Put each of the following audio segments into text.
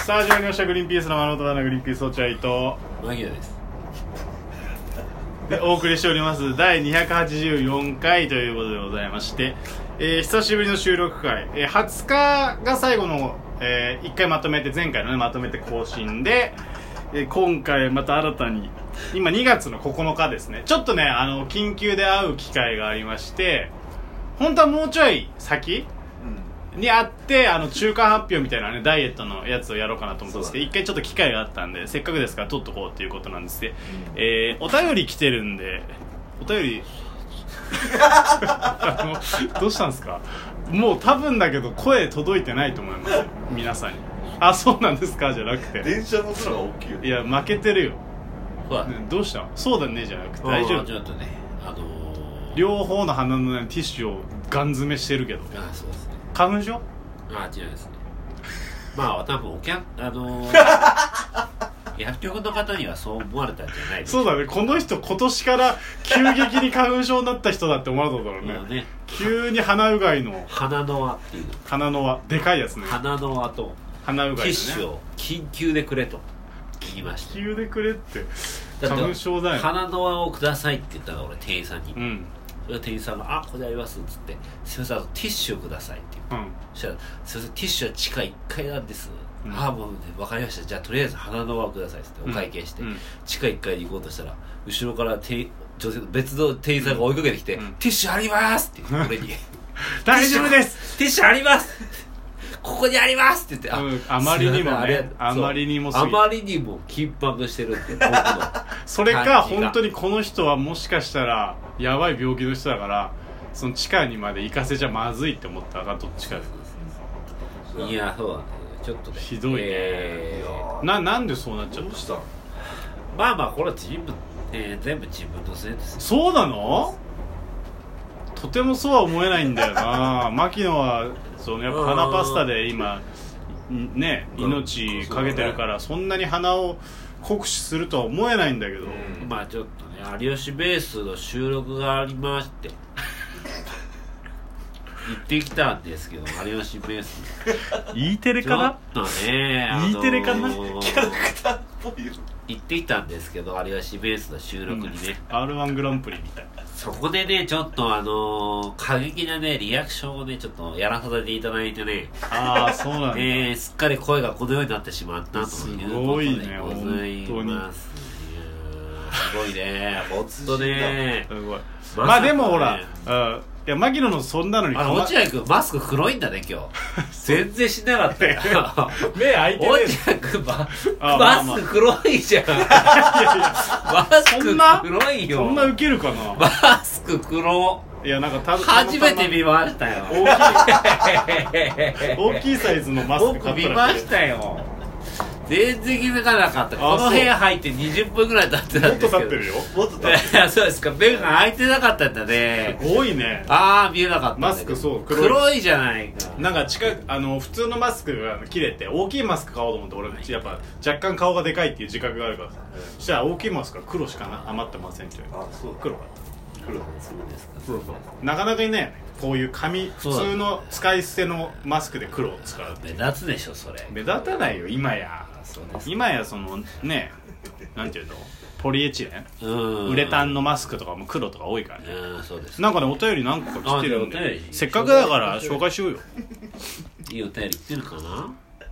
さあ始まりました。グリーンピースの丸本棚グリーンピース落合と牧野ですでお送りしております第284回ということでございまして、久しぶりの収録回、20日が最後の、1回まとめて前回のねまとめて更新で、今回また新たに今2月の9日ですね。ちょっとね緊急で会う機会がありまして、本当はもうちょい先に会って中間発表みたいなねダイエットのやつをやろうかなと思ったんですけど、一回ちょっと機会があったんでせっかくですから撮っとこうっていうことなんですで、お便り来てるんでお便りどうしたんですか？もう多分だけど声届いてないと思いますよ皆さんに。あ、そうなんですかじゃなくて電車の空が大きいよ。 いや負けてるよ、 ね、 どうした？そうだねじゃなくて大丈夫？ ちょっとね両方の鼻の、ね、ティッシュをガン詰めしてるけど。 あ、そうですね。 花粉症？ 違いですね。まあ多分薬局の方にはそう思われたんじゃないですか。 そうだね、この人今年から急激に花粉症になった人だって思われただろうね。急に鼻うがいの鼻の輪っていう鼻の輪でかいやつね。 鼻の輪と鼻うがい、ね、 ティッシュを緊急でくれと言いました。 緊急でくれって花粉症だよ。 鼻の輪をくださいって言ったの俺店員さんに、 うん、 それ店員さんが「あ、これあります」っつって「すいません、ティッシュをください」って言う、そしたら「すいません、ティッシュは地下1階なんです」ああ、もうね、分かりました、じゃあとりあえず鼻の輪をくださいってお会計して、地下1階に行こうとしたら後ろから女性別の店員さんが追いかけてきて、ティッシュありますって言って俺に大丈夫ですティッシュありますここにありますって言って、 あまりにもね、あまりにも緊迫してるって僕のそれか本当にこの人はもしかしたらやばい病気の人だからその地下にまで行かせちゃまずいって思ったかどっちかで。 いや、そうだね、ちょっとねひどいね、なんでそうなっちゃった？ どうした？ まあこれは全部自分のせいですよ。 そうなの？とてもそうは思えないんだよな牧野はそのやっぱ鼻パスタで今ね命かけてるからそんなに鼻を酷使するとは思えないんだけど、 まあちょっとね有吉ベースの収録がありまして行ってきたんですけど、有吉ベース E テレかな？ ちょっとね、 E テレかな？ キャラクターっぽいよ。 行ってきたんですけど有吉ベースの収録にね、 R1 グランプリみたいな。 そこでねちょっと過激なねリアクションをねちょっとやらさせていただいてね、 ああそうなんだ、 すっかり声がこのようになってしまったということでございます。 すごいね、 すごいね、ほんとね、 すごい。まあでもほら、いや牧野のそんなのに落合君マスク黒いんだね今日全然しなかったよ目開いてね落合君マスク黒いじゃんいやマスク黒いよ。 そんなウケるかな。 マスク黒いやなんか初めて見ましたよ大きいサイズのマスク僕見ましたよ。全然気づかなかった。この部屋入って20分ぐらい経ってたんですけど。 もっと経ってるよ。 もっと経ってる。 いや、そうですか。目が開いてなかったんだね。 すごいね。 ああ、見えなかったんだけど。 マスクそう黒いじゃないか。 なんか普通のマスクが切れて大きいマスク買おうと思って俺やっぱ若干顔がでかいっていう自覚があるからさ、そしたら大きいマスクは黒しか余ってませんっていう。 あ、そう黒か黒ですか。 そうなかなかにねこういう普通の使い捨てのマスクで黒を使う。 目立つでしょそれ。 目立たないよ今や。今やそのねなんていうのポリエチレンウレタンのマスクとかも黒とか多いからね。 そうです。 なんかねお便り何個か来てるんでせっかくだから紹介しようよ。 いいお便り来てるかな。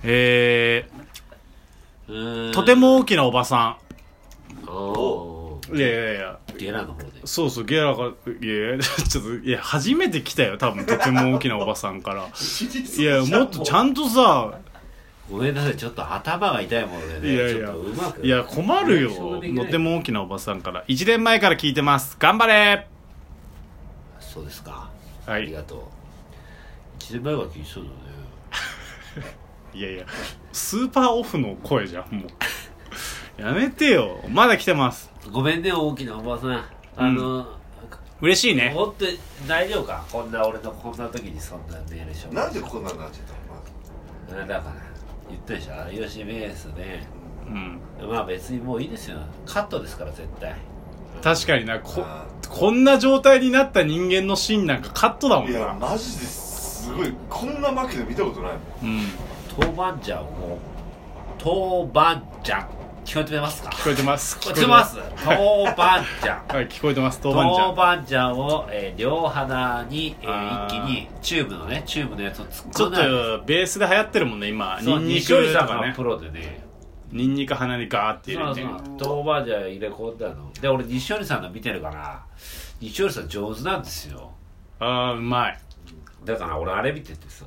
とても大きなおばさん。 いやゲラの方で。 そうゲラがちょっと初めて来たよ多分とても大きなおばさんからいやもっとちゃんとさ、 ごめんなさいちょっと頭が痛いものでね。ちょっとうまく。 いや困るよ。とても大きなおばさんから1年前から聞いてます頑張れ。 そうですか。 はい、 ありがとう。1年前は聞いてそうだねいやスーパーオフの声じゃんもうやめてよ。まだ来てます。 ごめんね大きなおばさん。 嬉しいね。 本当に大丈夫か。こんな俺のこんな時にそんなメールしょ。 なんでこんなになっちゃったの？ だから言ったでしょ有吉ベースで、まあ別にもういいですよ。カットですから絶対。 確かになこんな状態になった人間のシーンなんかカットだもんな。 いやマジですごいこんなマキで見たことないもん。 豆板醤を豆板醤聞こえてますか？ 聞こえてます。 聞こえてます。豆板醤はい、聞こえてます。豆板醤。 豆板醤を、両鼻に、一気にチューブのやつを突っ込んだ。 ちょっとベースで流行ってるもんね今。 ニンニクとかね。プロでね。 ニンニク鼻にガーって入れて。 豆板醤入れ込んだの。で俺西織さんの見てるから西織さん上手なんですよ。 ああうまい。 だから俺あれ見ててさ、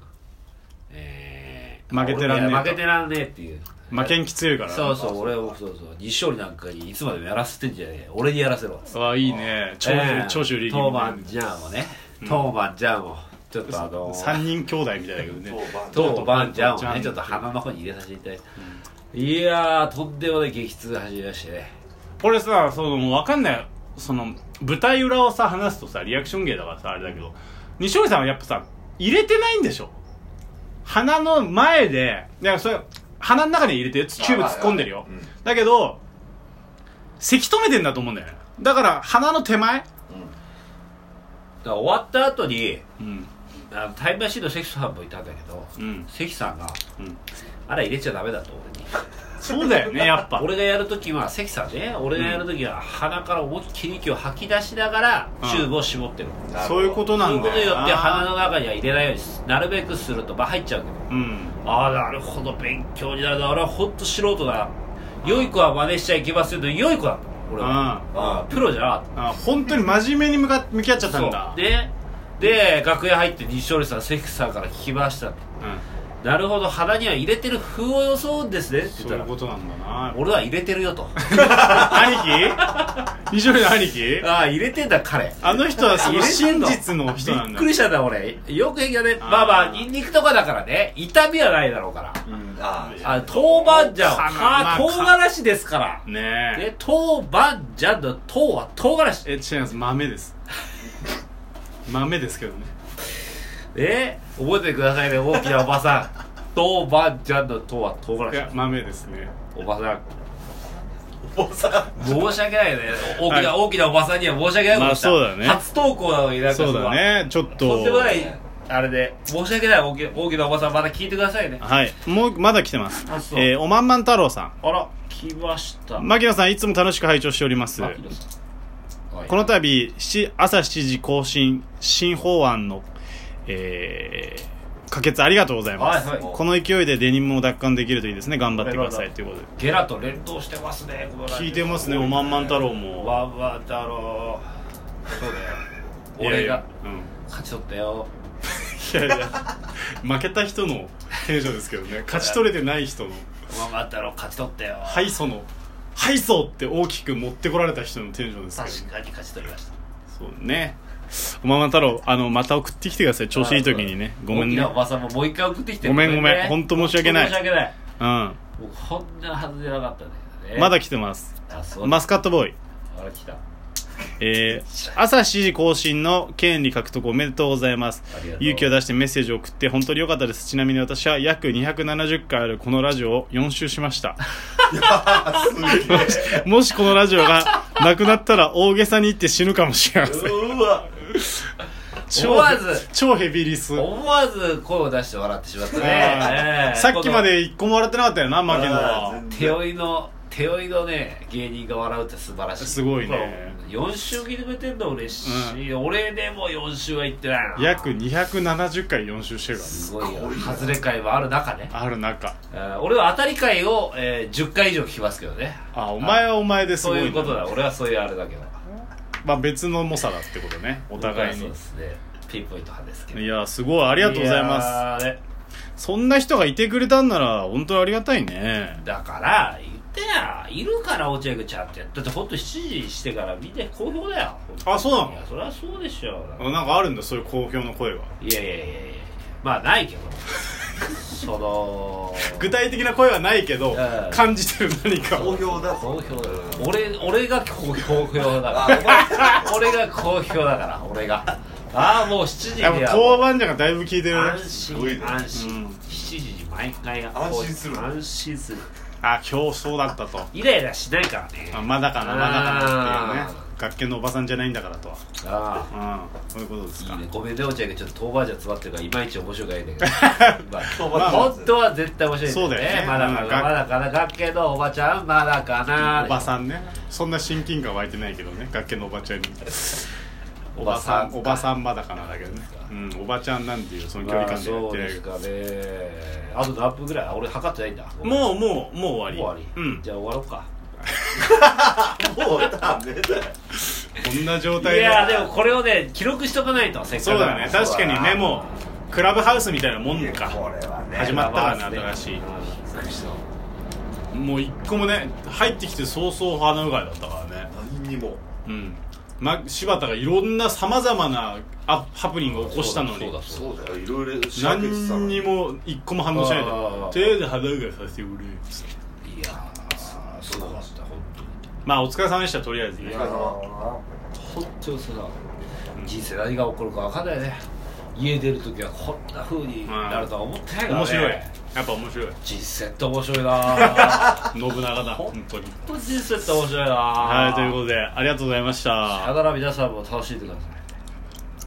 負けてらんねえ。 負けてらんねえっていう。 負けんき強いから。 そうそう俺西織なんかにいつまでもやらせてんじゃねえ。俺にやらせろ。 ああいいね。長州力。 豆板醤をね。豆板醤をちょっと 3人兄弟みたいだけどね。 豆板醤をねちょっと鼻の方に入れさせていただいて。いやーとんでもない激痛が始めましてね。 これさ分かんない舞台裏をさ話すとさリアクション芸だからさあれだけど西織さんはやっぱさ入れてないんでしょ。鼻の前でいやそれ鼻の中に入れてチューブ突っ込んでるよ、だけどせき止めてんだと思うんだよね。だから鼻の手前、 だから終わった後に、タイムマシーンの関さんもいたんだけど、関さんが、あれ入れちゃダメだと俺に。 そうだよねやっぱ。 俺がやるときは関さんね、俺がやるときは鼻から思いっきり息を吐き出しながらチューブを絞ってる、 そういうことなんだよ。 そういうことによって鼻の中には入れないようになるべくすると入っちゃうけど、ああなるほど勉強になるな。俺は本当素人だ。良い子は真似しちゃいけませんと良い子だった俺は。プロじゃなかった。 本当に真面目に向き合っちゃったんだ。 で楽屋入って西織さん関さんから聞きました、なるほど鼻には入れてる風を装うんですねって言ったら、 そういうことなんだな。 俺は入れてるよと。 兄貴西織の兄貴。 ああ入れてんだ彼。 あの人は真実の人なんだ。 びっくりしたんだ俺。よく平気だね。まあニンニクとかだからね痛みはないだろうから、豆板醤唐辛子ですからね。 で豆板醤の豆は唐辛子。 違います。豆です。豆ですけどね。 覚えてくださいね大きなおばさん。豆板醤の豆は唐辛子。 いや豆ですね。 おばさん申し訳ないよね。大きなおばさんには申し訳ないことした。 そうだね。 初投稿なのにそうだね。ちょっととんでもないあれで申し訳ない。大きなおばさんまた聞いてくださいね。 はいまだ来てます。おまんまん太郎さん。 あら来ました。 牧野さんいつも楽しく拝聴しております。この度朝7時更新新法案の可決ありがとうございます、この勢いでデニムを奪還できるといいですね。頑張ってくださいということで。 ゲラと連動してますね。 聞いてますねおまんまん太郎も。 わんわん太郎そうだよ。俺が勝ち取ったよ。 いや負けた人のテンションですけどね。勝ち取れてない人のおまんまん太郎勝ち取ったよ。 敗訴って大きく持ってこられた人のテンションですけど、 確かに勝ち取りました。 そうね。おまま太郎また送ってきてください。調子いい時にね。ごめんね。 大きなおばさんももう一回送ってきて。 ごめん本当申し訳ない。 申し訳ない。 僕こんなはずじゃなかったね。 まだ来てます。マスカットボーイ。 あら来た。 朝7時更新の権利獲得おめでとうございます。勇気を出してメッセージを送って本当に良かったです。ちなみに私は約270回あるこのラジオを4周しました。もしこのラジオがなくなったら大げさに言って死ぬかもしれません。超ヘビリス。 思わず声を出して笑ってしまったね。 さっきまで1個も笑ってなかったよな牧野は。 手負いのね芸人が笑うって素晴らしい。 すごいね。 4週聞いてくれてんの嬉しい、俺でも4週は行ってないな。 約270回4週してるから。 すごいよ。外れ回もある中ね。 俺は当たり回を、10回以上聞きますけどね。 お前はお前ですごい、 そういうことだ。俺はそういうあれだけど、 別の猛者だってことね。お互いに。 そうですね。ピンポイント派ですけど。 いやすごいありがとうございます。そんな人がいてくれたんなら本当にありがたいね。 だからいるから落合君ちゃんとやって。だってほんと7時してからみんな好評だよ。 そうなの？ いやそりゃそうでしょ。 なんかあるんだそういう好評の声が。 いやまあないけど具体的な声はないけど、感じてる何か。 好評だ。 俺が好評だから俺が好評だから俺がもう7時に豆板醤がだいぶ効いてるね。 安心7時に毎回が安心する。 今日そうだったと。 イライラしないからね。 まだかなっていうね。 学研のおばさんじゃないんだからとは。 ああ、 そういうことですか。 いいね。ごめんね落合がちょっと豆板醤詰まってるからいまいち面白くないんだけどまあ本当は絶対面白いんだよね。 そうだよねまだかな、まだかな、学研のおばちゃんまだかな。 おばさんね、そんな親近感湧いてないけどね、学研のおばちゃんにおばさんまだかなだけどね、おばちゃんなんていうその距離感でやってないけど。 そうですかね。あと何分ぐらい？俺測ってないんだ。 もう終わり。 もう終わり、じゃあ終わろうか。 もうダメだよ。 こんな状態で。 いやでもこれをね記録しとかないと。せっかくそうだね、確かにね。もうクラブハウスみたいなもんか。 これはね始まったからね、新しい。もう一個もね、入ってきて早々鼻うがいだったからね。 何にも。 柴田がいろんなさまざまなハプニングを起こしたのに、 そうだよ、いろいろ仕掛けてたの何にも一個も反応しないで、手で鼻うがいさせてくれ。 いやーすごかった本当に。 まあお疲れ様でした。とりあえずね。 本当にさ、人生何が起こるか分かんないね。家出るときはこんな風になるとは思ってないからね。 面白い。やっぱ面白い。 人生って面白いな信長だ本当に。 人生って面白いな。 はい、ということでありがとうございました。 さよなら、皆さんも楽しんでください。